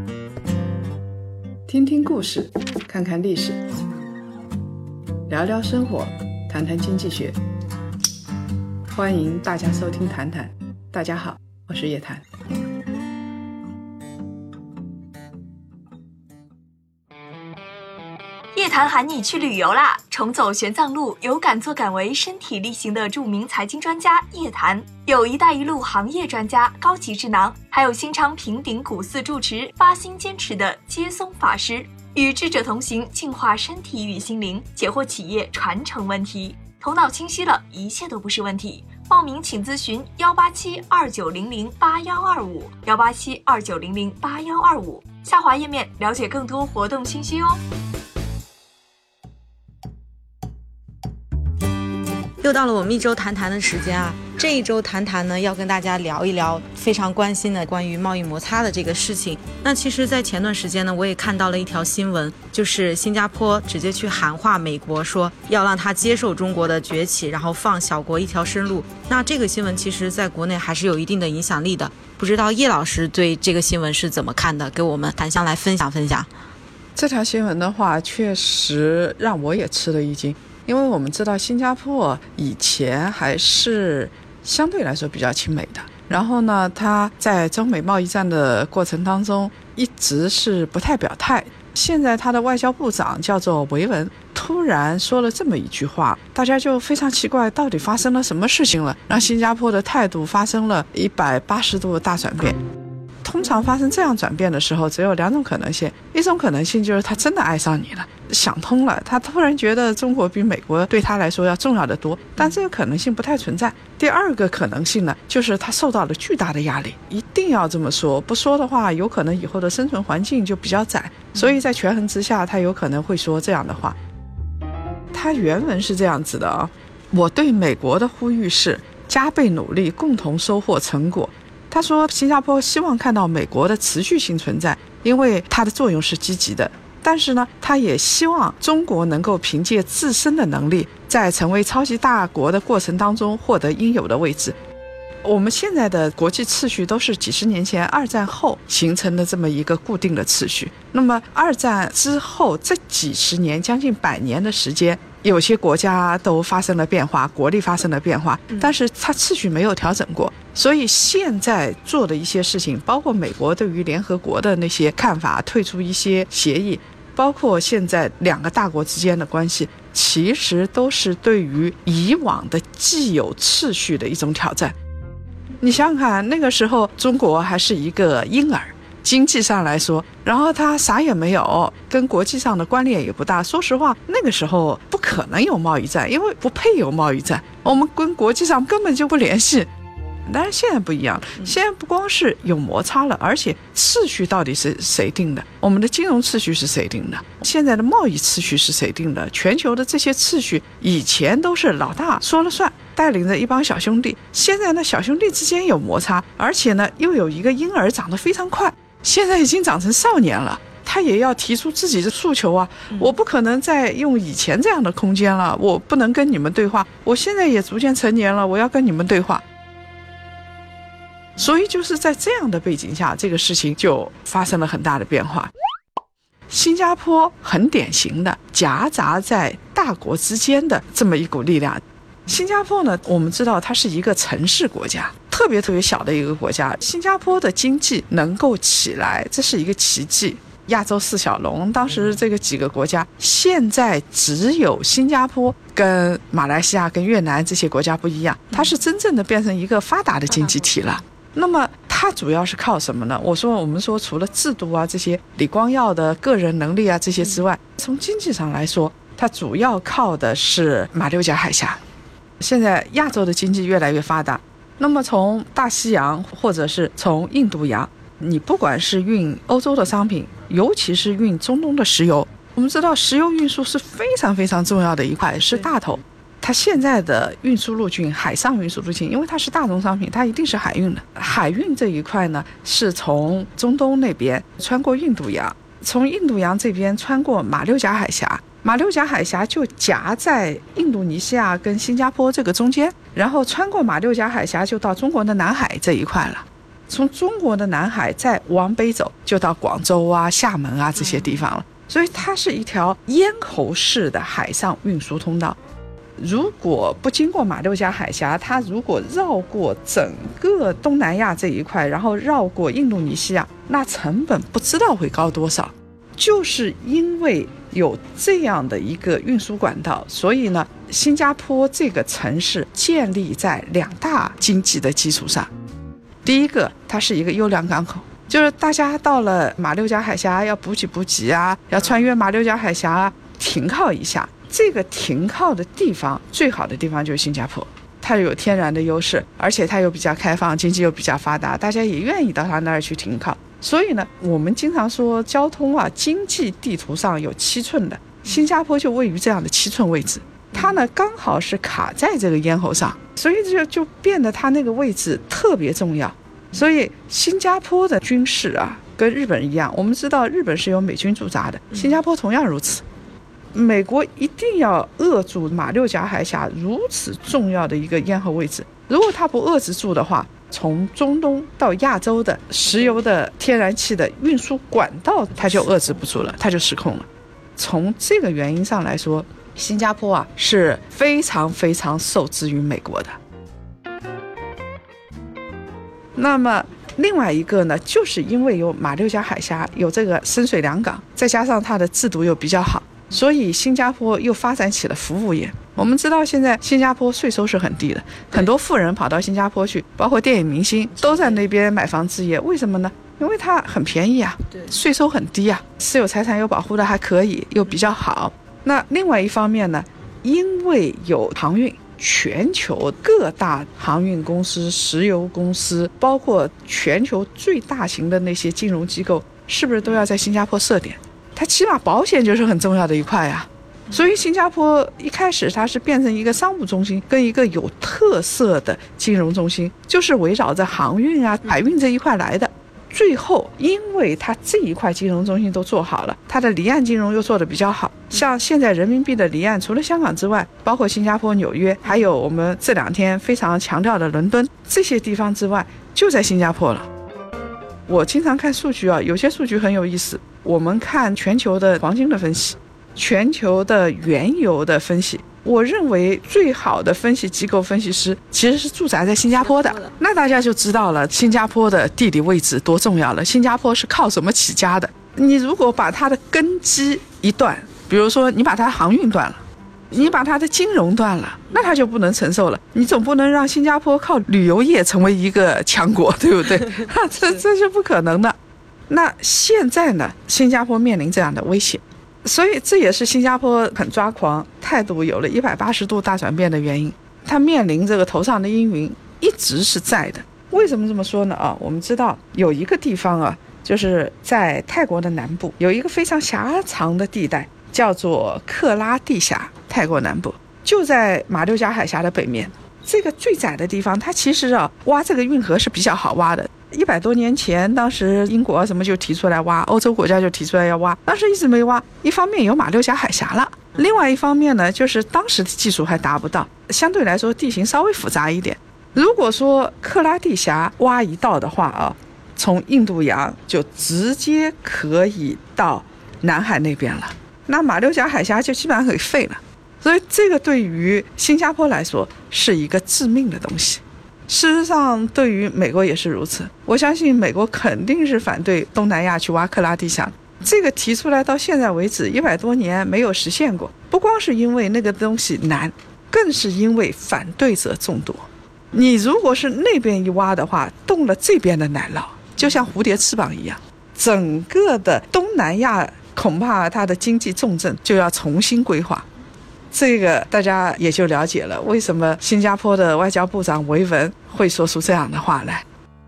听听故事，看看历史，聊聊生活，谈谈经济学。欢迎大家收听谈谈。大家好，我是叶檀。 叶檀喊你去旅游啦！重走玄奘路，有敢作敢为、身体力行的著名财经专家叶檀，有一带一路行业专家高级智囊，还有新昌平顶古寺住持发心坚持的接松法师，与智者同行，净化身体与心灵，解惑企业传承问题。头脑清晰了，一切都不是问题。报名请咨询187-2900-8125，187-2900-8125，下滑页面了解更多活动信息哦。 又到了我们一周谈谈的时间啊！这一周谈谈呢，要跟大家聊一聊非常关心的关于贸易摩擦的这个事情。那其实在前段时间呢，我也看到了一条新闻，就是新加坡直接去喊话美国，说要让他接受中国的崛起，然后放小国一条生路。那这个新闻其实在国内还是有一定的影响力的，不知道叶老师对这个新闻是怎么看的，给我们檀香来分享分享。 这条新闻的话，确实让我也吃了一惊。因为我们知道新加坡以前还是相对来说比较亲美的，然后呢，它在中美贸易战的过程当中一直是不太表态。现在它的外交部长叫做维文，突然说了这么一句话，大家就非常奇怪，到底发生了什么事情了，让新加坡的态度发生了180度的大转变。通常发生这样转变的时候，只有两种可能性，一种可能性就是他真的爱上你了，想通了，他突然觉得中国比美国对他来说要重要的多，但这个可能性不太存在。第二个可能性呢，就是他受到了巨大的压力，一定要这么说，不说的话有可能以后的生存环境就比较窄，所以在权衡之下他有可能会说这样的话。他原文是这样子的啊，我对美国的呼吁是加倍努力，共同收获成果。他说新加坡希望看到美国的持续性存在，因为它的作用是积极的，但是呢，他也希望中国能够凭借自身的能力，在成为超级大国的过程当中获得应有的位置。我们现在的国际秩序都是几十年前二战后形成的这么一个固定的秩序，那么二战之后这几十年将近100年的时间，有些国家都发生了变化，国力发生了变化，但是它秩序没有调整过。所以现在做的一些事情，包括美国对于联合国的那些看法，退出一些协议，包括现在两个大国之间的关系，其实都是对于以往的既有秩序的一种挑战。你想想看，那个时候中国还是一个婴儿，经济上来说，然后他啥也没有，跟国际上的关联也不大。说实话，那个时候不可能有贸易战，因为不配有贸易战，我们跟国际上根本就不联系。但是现在不一样，现在不光是有摩擦了，而且秩序到底是谁定的？我们的金融秩序是谁定的？现在的贸易秩序是谁定的？全球的这些秩序以前都是老大说了算，带领着一帮小兄弟，现在呢，小兄弟之间有摩擦，而且呢，又有一个婴儿长得非常快，现在已经长成少年了，他也要提出自己的诉求啊！我不可能再用以前这样的空间了，我不能跟你们对话，我现在也逐渐成年了，我要跟你们对话。所以就是在这样的背景下，这个事情就发生了很大的变化。新加坡很典型的夹杂在大国之间的这么一股力量。新加坡呢，我们知道它是一个城市国家，特别小的一个国家。新加坡的经济能够起来，这是一个奇迹。亚洲四小龙当时这个几个国家，现在只有新加坡跟马来西亚跟越南这些国家不一样，它是真正的变成一个发达的经济体了。那么它主要是靠什么呢？我们说除了制度啊这些李光耀的个人能力啊这些之外，从经济上来说，它主要靠的是马六甲海峡。现在亚洲的经济越来越发达，那么从大西洋或者是从印度洋，你不管是运欧洲的商品，尤其是运中东的石油，我们知道石油运输是非常非常重要的一块，是大头。它现在的运输路径，海上运输路径，因为它是大宗商品，它一定是海运的。海运这一块呢，是从中东那边穿过印度洋，从印度洋这边穿过马六甲海峡，马六甲海峡就夹在印度尼西亚跟新加坡这个中间，然后穿过马六甲海峡就到中国的南海这一块了。 从中国的南海再往北走，就到广州啊、厦门啊这些地方了。所以它是一条咽喉式的海上运输通道。如果不经过马六甲海峡，它如果绕过整个东南亚这一块，然后绕过印度尼西亚，那成本不知道会高多少。就是因为有这样的一个运输管道，所以呢，新加坡这个城市建立在2大经济的基础上。第一个，它是一个优良港口，就是大家到了马六甲海峡要补给啊，要穿越马六甲海峡停靠一下。这个停靠的地方最好的地方就是新加坡，它有天然的优势，而且它又比较开放，经济又比较发达，大家也愿意到它那儿去停靠。所以呢，我们经常说交通啊，经济地图上有7寸的，新加坡就位于这样的7寸位置，它呢刚好是卡在这个咽喉上，所以就变得它那个位置特别重要。所以新加坡的军事啊，跟日本一样，我们知道日本是由美军驻扎的，新加坡同样如此。美国一定要扼住马六甲海峡如此重要的一个咽喉位置，如果它不遏制住的话，从中东到亚洲的石油的天然气的运输管道它就遏制不住了，它就失控了。从这个原因上来说，新加坡啊是非常非常受制于美国的。那么另外一个呢，就是因为有马六甲海峡，有这个深水良港，再加上它的制度又比较好，所以新加坡又发展起了服务业。我们知道现在新加坡税收是很低的，很多富人跑到新加坡去，包括电影明星都在那边买房置业。为什么呢？因为它很便宜啊，税收很低啊，私有财产又保护的还可以，又比较好。那另外一方面呢，因为有航运，全球各大航运公司、石油公司，包括全球最大型的那些金融机构，是不是都要在新加坡设点？它起码保险就是很重要的一块啊。所以新加坡一开始它是变成一个商务中心跟一个有特色的金融中心，就是围绕着航运啊、海运这一块来的。最后因为它这一块金融中心都做好了，它的离岸金融又做得比较好，像现在人民币的离岸除了香港之外，包括新加坡、纽约，还有我们这2天非常强调的伦敦，这些地方之外就在新加坡了。我经常看数据啊，有些数据很有意思。我们看全球的黄金的分析，全球的原油的分析，我认为最好的分析机构分析师其实是驻扎在新加坡的。那大家就知道了新加坡的地理位置多重要了。新加坡是靠什么起家的？你如果把它的根基一断，比如说你把它航运断了，你把它的金融断了，那它就不能承受了。你总不能让新加坡靠旅游业成为一个强国，对不对？这是不可能的。那现在呢，新加坡面临这样的威胁，所以这也是新加坡很抓狂，态度有了180度大转变的原因。它面临这个头上的阴云一直是在的。为什么这么说呢？我们知道有一个地方啊，就是在泰国的南部有一个非常狭长的地带，叫做克拉地峡，泰国南部就在马六甲海峡的北面。这个最窄的地方，它其实挖这个运河是比较好挖的。100多年前，当时英国什么就提出来挖，欧洲国家就提出来要挖，当时一直没挖。一方面有马六甲海峡了，另外一方面呢，就是当时的技术还达不到，相对来说地形稍微复杂一点。如果说克拉地峡挖一道的话从印度洋就直接可以到南海那边了，那马六甲海峡就基本上可以废了。所以这个对于新加坡来说是一个致命的东西。事实上对于美国也是如此，我相信美国肯定是反对东南亚去挖克拉地峡，这个提出来到现在为止100多年没有实现过，不光是因为那个东西难，更是因为反对者众多。你如果是那边一挖的话，动了这边的奶酪，就像蝴蝶翅膀一样，整个的东南亚恐怕它的经济重镇就要重新规划。这个大家也就了解了为什么新加坡的外交部长维文会说出这样的话来。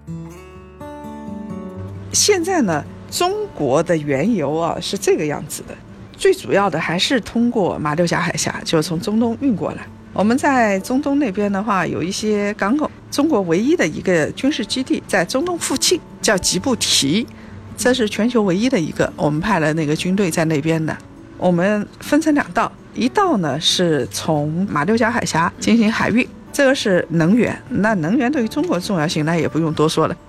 现在呢，中国的原油是这个样子的，最主要的还是通过马六甲海峡，就是从中东运过来。我们在中东那边的话有一些港口，中国唯一的一个军事基地在中东附近叫吉布提，这是全球唯一的一个，我们派了那个军队在那边的。我们分成2道，一道呢是从马六甲海峡进行海运，这个是能源，那能源对于中国的重要性那也不用多说了。中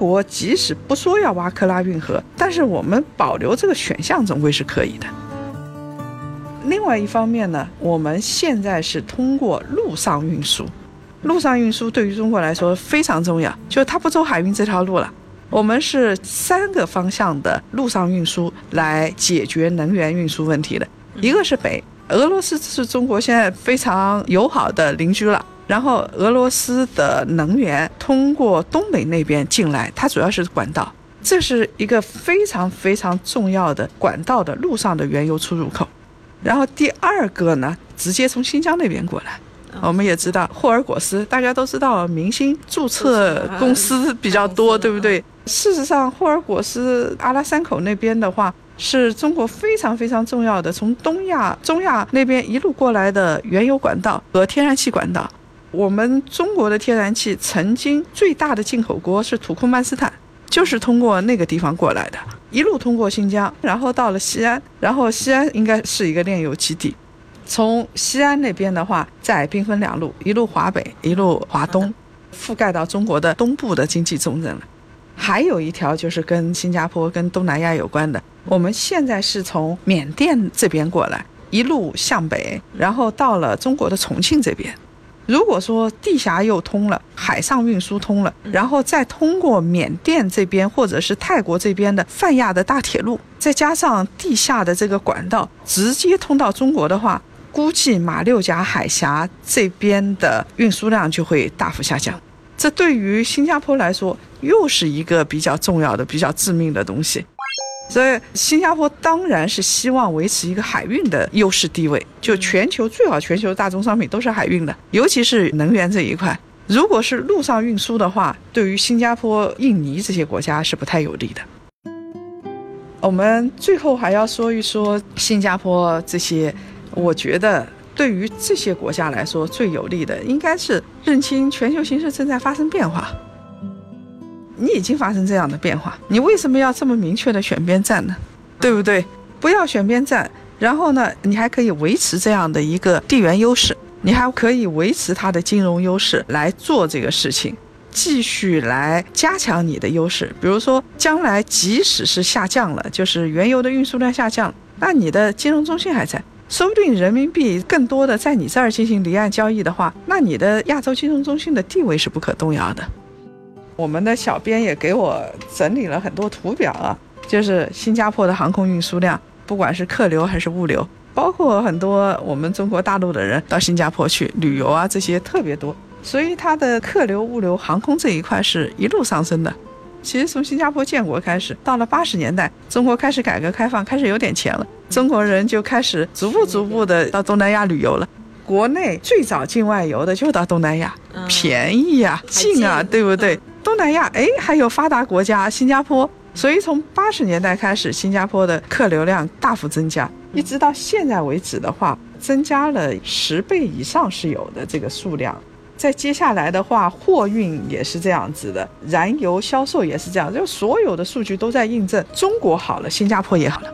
国即使不说要挖克拉运河，但是我们保留这个选项总归是可以的。另外一方面呢，我们现在是通过陆上运输，陆上运输对于中国来说非常重要，就是它不走海运这条路了。我们是3个方向的陆上运输来解决能源运输问题的。一个是北，俄罗斯是中国现在非常友好的邻居了，然后俄罗斯的能源通过东北那边进来，它主要是管道，这是一个非常非常重要的管道的陆上的原油出入口。然后第2个呢，直接从新疆那边过来。我们也知道霍尔果斯，大家都知道明星注册公司比较多，对不对？事实上霍尔果斯阿拉山口那边的话，是中国非常非常重要的从东亚中亚那边一路过来的原油管道和天然气管道。我们中国的天然气曾经最大的进口国是土库曼斯坦，就是通过那个地方过来的，一路通过新疆，然后到了西安，然后西安应该是一个炼油基地。从西安那边的话，再兵分2路，一路华北，一路华东，覆盖到中国的东部的经济重镇了。还有一条就是跟新加坡跟东南亚有关的，我们现在是从缅甸这边过来，一路向北，然后到了中国的重庆这边。如果说地峡又通了，海上运输通了，然后再通过缅甸这边或者是泰国这边的泛亚的大铁路，再加上地下的这个管道直接通到中国的话，估计马六甲海峡这边的运输量就会大幅下降。这对于新加坡来说又是一个比较重要的比较致命的东西。所以新加坡当然是希望维持一个海运的优势地位，就全球最好全球大宗商品都是海运的，尤其是能源这一块。如果是陆上运输的话，对于新加坡、印尼这些国家是不太有利的。我们最后还要说一说新加坡这些，我觉得对于这些国家来说最有利的应该是认清全球形势正在发生变化。你已经发生这样的变化，你为什么要这么明确的选边站呢？对不对？不要选边站，然后呢，你还可以维持这样的一个地缘优势，你还可以维持它的金融优势来做这个事情，继续来加强你的优势。比如说将来即使是下降了，就是原油的运输量下降，那你的金融中心还在，说不定人民币更多的在你这儿进行离岸交易的话，那你的亚洲金融中心的地位是不可动摇的。我们的小编也给我整理了很多图表啊，就是新加坡的航空运输量，不管是客流还是物流，包括很多我们中国大陆的人到新加坡去旅游啊，这些特别多，所以它的客流、物流、航空这一块是一路上升的。其实从新加坡建国开始，到了80年代，中国开始改革开放，开始有点钱了，中国人就开始逐步的到东南亚旅游了。国内最早境外游的就到东南亚，便宜啊，近啊，对不对？东南亚还有发达国家新加坡，所以从80年代开始，新加坡的客流量大幅增加，一直到现在为止的话，增加了10倍以上是有的这个数量。在接下来的话，货运也是这样子的，燃油销售也是这样，就所有的数据都在印证中国好了，新加坡也好了。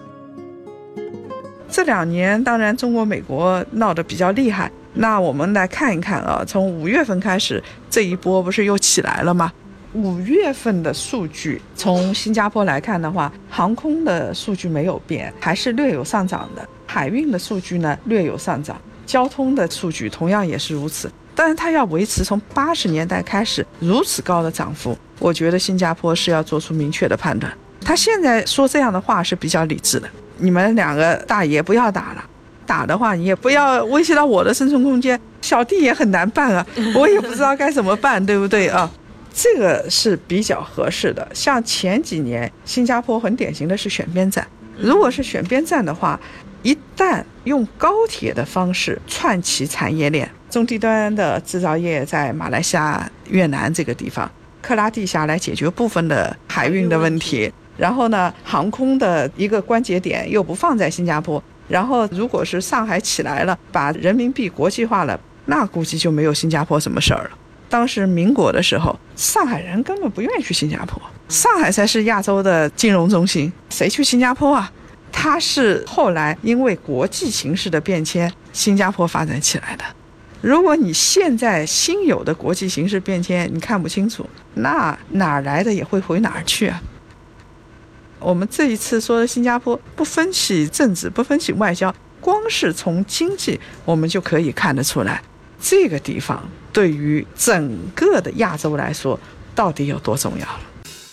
这2年当然中国美国闹得比较厉害，那我们来看一看啊，从5月份开始这一波不是又起来了吗？5月份的数据从新加坡来看的话，航空的数据没有变，还是略有上涨的，海运的数据呢略有上涨，交通的数据同样也是如此。但是它要维持从80年代开始如此高的涨幅，我觉得新加坡是要做出明确的判断。他现在说这样的话是比较理智的，你们2个大爷不要打了，打的话你也不要威胁到我的生存空间，小弟也很难办啊，我也不知道该怎么办，对不对啊？这个是比较合适的。像前几年新加坡很典型的是选边站，如果是选边站的话，一旦用高铁的方式串起产业链，中低端的制造业在马来西亚、越南这个地方，克拉地峡来解决部分的海运的问题，然后呢，航空的一个关节点又不放在新加坡，然后如果是上海起来了，把人民币国际化了，那估计就没有新加坡什么事儿了。当时民国的时候，上海人根本不愿意去新加坡，上海才是亚洲的金融中心，谁去新加坡啊？它是后来因为国际形势的变迁，新加坡发展起来的。 如果你现在新有的国际形势变迁你看不清楚，那哪来的也会回哪儿去啊。我们这一次说的新加坡不分析政治，不分析外交，光是从经济我们就可以看得出来，这个地方对于整个的亚洲来说到底有多重要了。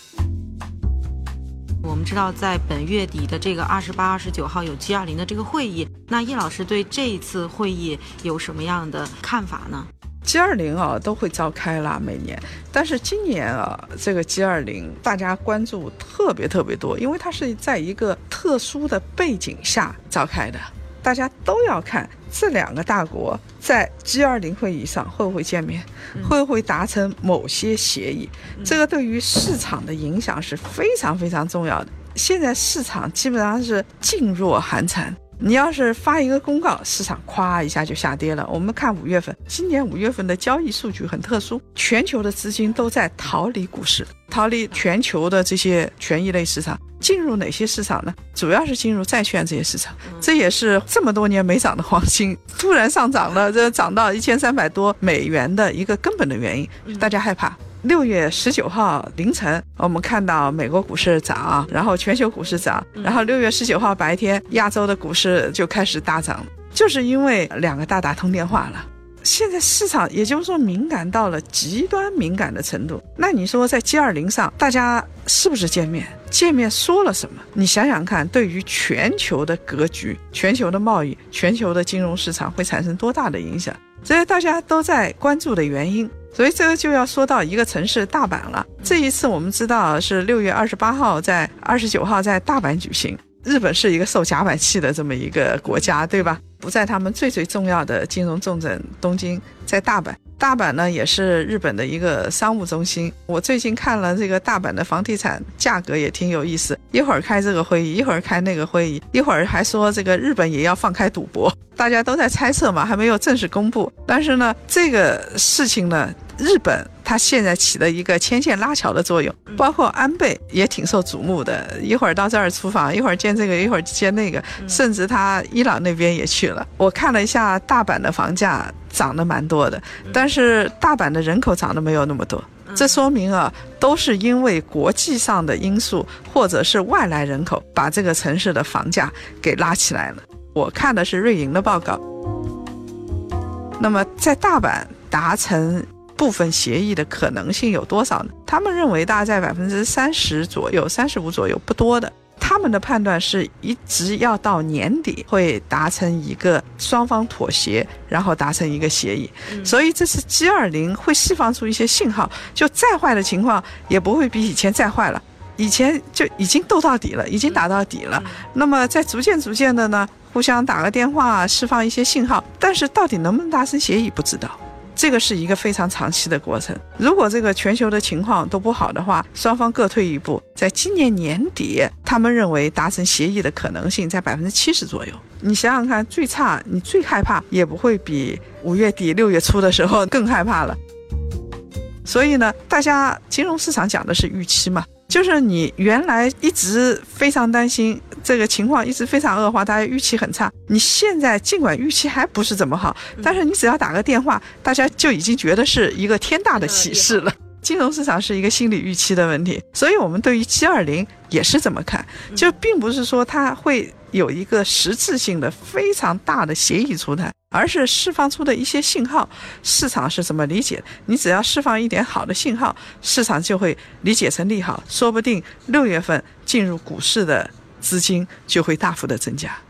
我们知道在本月底的这个28、29号有 G20 的这个会议，那叶老师对这一次会议有什么样的看法呢 ？G20都会召开啦，每年，但是今年这个 G20 大家关注特别多，因为它是在一个特殊的背景下召开的，大家都要看这两个大国在 G20 会议上会不会见面，会不会达成某些协议，这个对于市场的影响是非常重要的。现在市场基本上是噤若寒蝉，你要是发一个公告，市场咵一下就下跌了。我们看5月份，今年5月份的交易数据很特殊，全球的资金都在逃离股市，逃离全球的这些权益类市场，进入哪些市场呢？主要是进入债券这些市场，这也是这么多年没涨的黄金突然上涨了，这涨到1300多美元的一个根本的原因，大家害怕。6月19号凌晨，我们看到美国股市涨，然后全球股市涨，然后6月19号白天亚洲的股市就开始大涨，就是因为两个大打通电话了。现在市场也就是说敏感到了极端敏感的程度，那你说在 G20 上大家是不是见面说了什么？你想想看，对于全球的格局、全球的贸易、全球的金融市场会产生多大的影响，这些大家都在关注的原因。所以这个就要说到一个城市大阪了。这一次我们知道是6月28号在29号在大阪举行，日本是一个受甲板气的这么一个国家，对吧？不在他们最重要的金融重镇东京，在大阪。大阪呢也是日本的一个商务中心。我最近看了这个大阪的房地产价格也挺有意思，一会儿开这个会议，一会儿开那个会议，一会儿还说这个日本也要放开赌博，大家都在猜测嘛，还没有正式公布。但是呢这个事情呢，日本它现在起了一个牵线拉桥的作用，包括安倍也挺受瞩目的，一会儿到这儿出访，一会儿见这个，一会儿见那个，甚至他伊朗那边也去了。我看了一下大阪的房价涨得蛮多的，但是大阪的人口涨得没有那么多，这说明都是因为国际上的因素或者是外来人口把这个城市的房价给拉起来了。我看的是瑞银的报告。那么在大阪达成部分协议的可能性有多少呢？他们认为大概在30%左右，35%左右，不多的。他们的判断是一直要到年底会达成一个双方妥协，然后达成一个协议。所以这次 G20 会释放出一些信号，就再坏的情况也不会比以前再坏了，以前就已经斗到底了，已经打到底了。那么在逐渐的呢，互相打个电话，释放一些信号，但是到底能不能达成协议不知道。这个是一个非常长期的过程，如果这个全球的情况都不好的话，双方各退一步，在今年年底他们认为达成协议的可能性在70%左右。你想想看，最差你最害怕也不会比5月底6月初的时候更害怕了。所以呢，大家金融市场讲的是预期嘛，就是你原来一直非常担心这个情况一直非常恶化，大家预期很差，你现在尽管预期还不是怎么好，但是你只要打个电话，大家就已经觉得是一个天大的喜事了。金融市场是一个心理预期的问题，所以我们对于 G20 也是这么看，就并不是说它会有一个实质性的非常大的协议出台，而是释放出的一些信号，市场是怎么理解，你只要释放一点好的信号，市场就会理解成利好，说不定6月份进入股市的资金就会大幅的增加。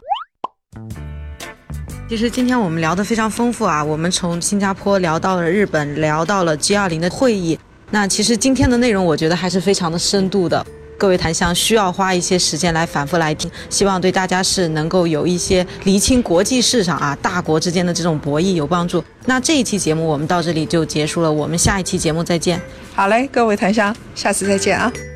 其实今天我们聊得非常丰富啊，我们从新加坡聊到了日本，聊到了 G20 的会议。那其实今天的内容我觉得还是非常的深度的，各位檀香需要花一些时间来反复来听，希望对大家是能够有一些厘清国际市场啊大国之间的这种博弈有帮助。那这一期节目我们到这里就结束了，我们下一期节目再见。 好嘞，各位檀香，下次再见啊。